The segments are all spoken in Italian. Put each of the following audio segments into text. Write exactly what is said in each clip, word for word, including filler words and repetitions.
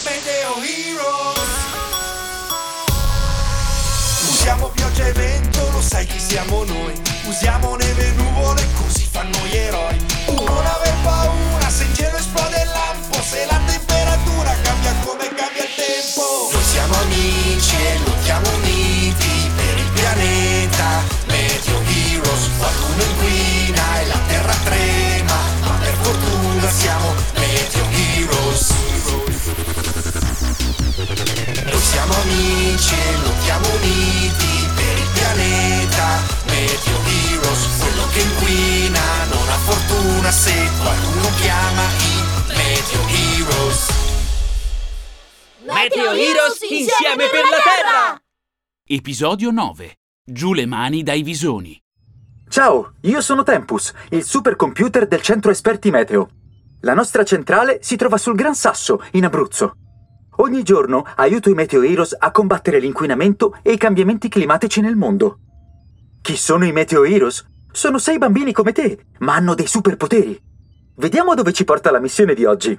Meteo Heroes. Usiamo pioggia e vento, lo sai chi siamo noi. Usiamo neve e nuvole, così fanno gli eroi. Non aver paura se in cielo esplode il lampo, se la temperatura cambia come cambia il tempo. Noi siamo amici e lottiamo uniti per il pianeta. Meteo Heroes, qualcuno inquina e la terra trema, ma per fortuna siamo Meteo Heroes. Noi siamo amici e lottiamo uniti per il pianeta. Meteo Heroes, quello che inquina non ha fortuna se qualcuno chiama i Meteo Heroes. Meteo Heroes insieme per la Terra! Episodio nove. Giù le mani dai visoni. Ciao, io sono Tempus, il supercomputer del centro esperti meteo. La nostra centrale si trova sul Gran Sasso, in Abruzzo. Ogni giorno aiuto i Meteo Heroes a combattere l'inquinamento e i cambiamenti climatici nel mondo. Chi sono i Meteo Heroes? Sono sei bambini come te, ma hanno dei superpoteri. Vediamo dove ci porta la missione di oggi.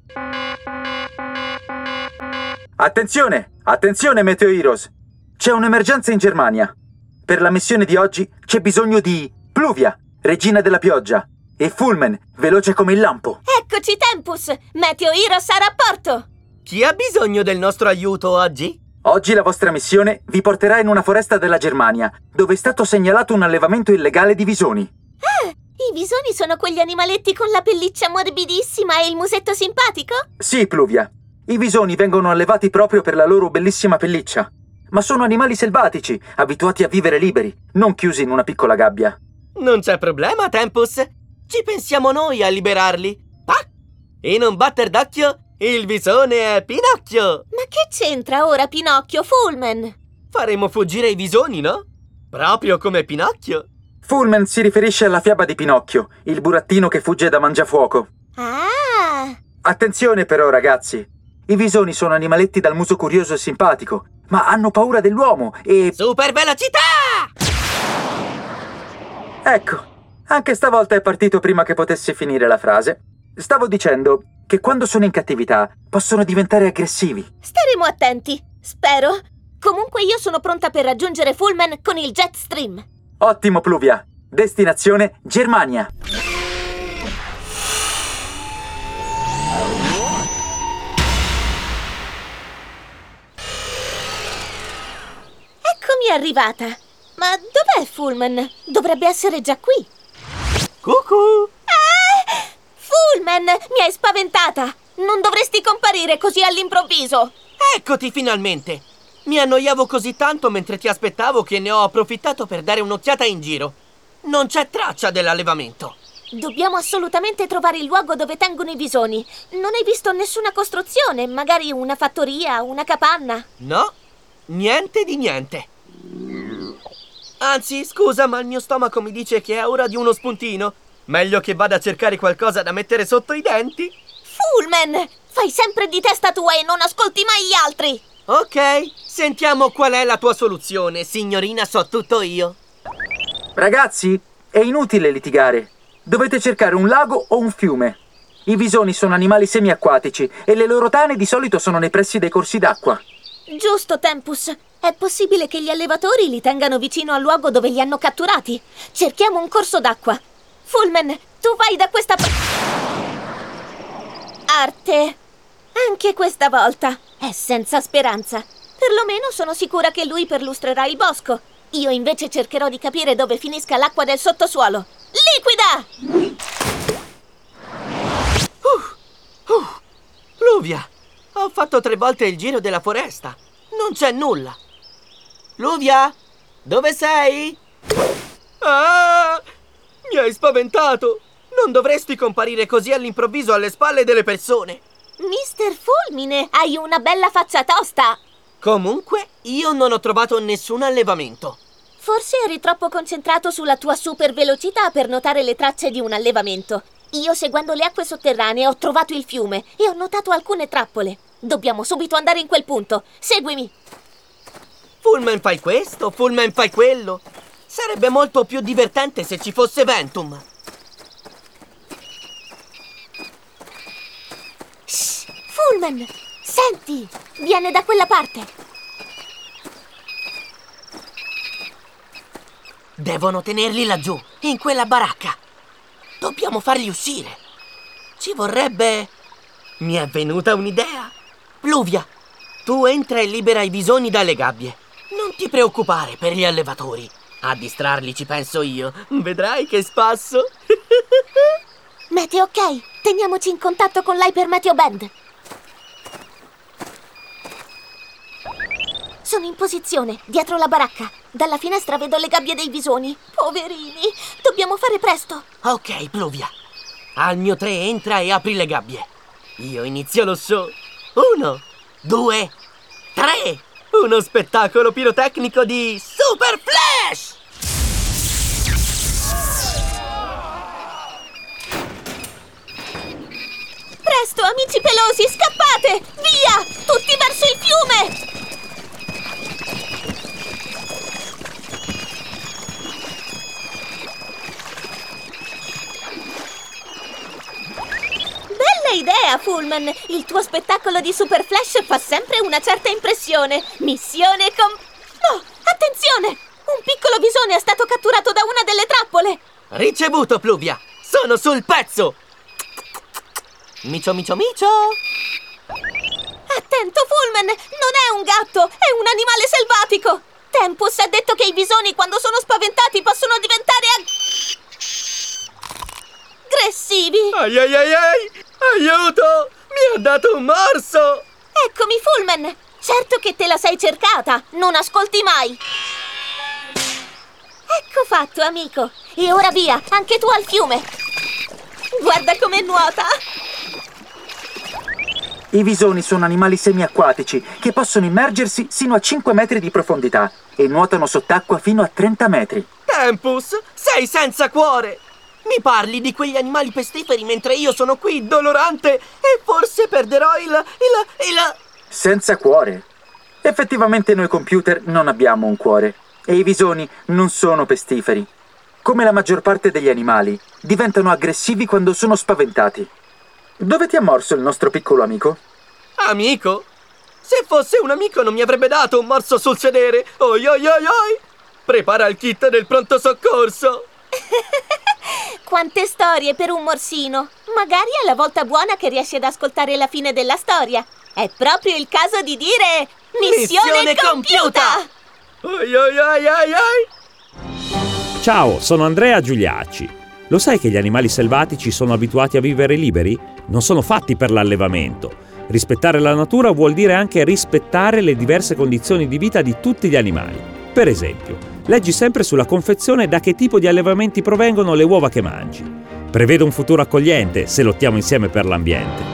Attenzione! Attenzione Meteo Heroes! C'è un'emergenza in Germania. Per la missione di oggi c'è bisogno di Pluvia, regina della pioggia, e Fulmen, veloce come il lampo. Eccoci Tempus! Meteo Heroes a rapporto! Chi ha bisogno del nostro aiuto oggi? Oggi la vostra missione vi porterà in una foresta della Germania, dove è stato segnalato un allevamento illegale di visoni. Ah, i visoni sono quegli animaletti con la pelliccia morbidissima e il musetto simpatico? Sì, Pluvia. I visoni vengono allevati proprio per la loro bellissima pelliccia. Ma sono animali selvatici, abituati a vivere liberi, non chiusi in una piccola gabbia. Non c'è problema, Tempus. Ci pensiamo noi a liberarli. Pac! In un batter d'occhio, il visone è Pinocchio. Ma che c'entra ora Pinocchio, Fulmen? Faremo fuggire i visoni, no? Proprio come Pinocchio. Fulmen si riferisce alla fiaba di Pinocchio, il burattino che fugge da Mangiafuoco. Ah! Attenzione però, ragazzi. I visoni sono animaletti dal muso curioso e simpatico, ma hanno paura dell'uomo e... Super velocità! Ecco, anche stavolta è partito prima che potessi finire la frase. Stavo dicendo che quando sono in cattività possono diventare aggressivi. Staremo attenti, spero. Comunque io sono pronta per raggiungere Fulmen con il Jetstream. Ottimo, Pluvia. Destinazione Germania. Eccomi arrivata. Ma dov'è Fulmen? Dovrebbe essere già qui. Cucù! Ah! Fulmen, mi hai spaventata! Non dovresti comparire così all'improvviso! Eccoti finalmente! Mi annoiavo così tanto mentre ti aspettavo che ne ho approfittato per dare un'occhiata in giro. Non c'è traccia dell'allevamento. Dobbiamo assolutamente trovare il luogo dove tengono i visoni. Non hai visto nessuna costruzione, magari una fattoria, una capanna? No, niente di niente. Anzi, scusa, ma il mio stomaco mi dice che è ora di uno spuntino. Meglio che vada a cercare qualcosa da mettere sotto i denti. Fulmen, fai sempre di testa tua e non ascolti mai gli altri. Ok, sentiamo qual è la tua soluzione, signorina so tutto io. Ragazzi, è inutile litigare. Dovete cercare un lago o un fiume. I visoni sono animali semiacquatici e le loro tane di solito sono nei pressi dei corsi d'acqua. Giusto, Tempus. È possibile che gli allevatori li tengano vicino al luogo dove li hanno catturati. Cerchiamo un corso d'acqua. Fulmen, tu vai da questa parte. Arte. Anche questa volta è senza speranza. Perlomeno sono sicura che lui perlustrerà il bosco. Io invece cercherò di capire dove finisca l'acqua del sottosuolo. Liquida! Uh, uh, Pluvia, ho fatto tre volte il giro della foresta. Non c'è nulla. Pluvia, dove sei? Ah, mi hai spaventato. Non dovresti comparire così all'improvviso alle spalle delle persone. Mister Fulmine, hai una bella faccia tosta. Comunque, io non ho trovato nessun allevamento. Forse eri troppo concentrato sulla tua super velocità per notare le tracce di un allevamento. Io, seguendo le acque sotterranee, ho trovato il fiume e ho notato alcune trappole. Dobbiamo subito andare in quel punto. Seguimi. Fulmen fai questo, Fulmen fai quello. Sarebbe molto più divertente se ci fosse Ventum. Shh, Fulmen, Senti, viene da quella parte. Devono tenerli laggiù, in quella baracca. Dobbiamo farli uscire. Ci vorrebbe... Mi è venuta un'idea. Pluvia, tu entra e libera i visoni dalle gabbie. Non ti preoccupare per gli allevatori. A distrarli ci penso io. Vedrai che spasso. Meteo ok, teniamoci in contatto con l'Hyper Meteo Band. Sono in posizione, dietro la baracca. Dalla finestra vedo le gabbie dei visoni. Poverini, dobbiamo fare presto. Ok, Pluvia. Al mio tre entra e apri le gabbie. Io inizio lo show. Uno, due, tre. Uno spettacolo pirotecnico di Super Flash! Presto, amici pelosi, scappate! Via! Tutti verso il fiume! Bella idea, Fullman! Il tuo spettacolo di Super Flash fa sempre una certa impressione. Missione com... Oh, attenzione! Un piccolo visone è stato catturato da una delle trappole! Ricevuto, Pluvia! Sono sul pezzo! Micio, micio, micio! Attento, Fullman! Non è un gatto, è un animale selvatico! Tempus ha detto che i visoni, quando sono spaventati, possono diventare ag- aggressivi! Ai ai ai ai! Aiuto! Mi ha dato un morso! Eccomi, Fullman! Certo che te la sei cercata! Non ascolti mai! Ecco fatto, amico! E ora via, anche tu al fiume! Guarda come nuota! I visoni sono animali semiacquatici che possono immergersi sino a cinque metri di profondità e nuotano sott'acqua fino a trenta metri. Tempus, sei senza cuore! Mi parli di quegli animali pestiferi mentre io sono qui, dolorante, e forse perderò il... il... il... Senza cuore? Effettivamente noi computer non abbiamo un cuore e i visoni non sono pestiferi. Come la maggior parte degli animali, diventano aggressivi quando sono spaventati. Dove ti ha morso il nostro piccolo amico? Amico? Se fosse un amico non mi avrebbe dato un morso sul sedere! Oi oi oi oi! Prepara il kit del pronto soccorso! Quante storie per un morsino! Magari è la volta buona che riesci ad ascoltare la fine della storia. È proprio il caso di dire... Missione, Missione compiuta! Oi oi oi oi oi! Ciao, sono Andrea Giuliacci. Lo sai che gli animali selvatici sono abituati a vivere liberi? Non sono fatti per l'allevamento. Rispettare la natura vuol dire anche rispettare le diverse condizioni di vita di tutti gli animali. Per esempio, leggi sempre sulla confezione da che tipo di allevamenti provengono le uova che mangi. Prevede un futuro accogliente se lottiamo insieme per l'ambiente.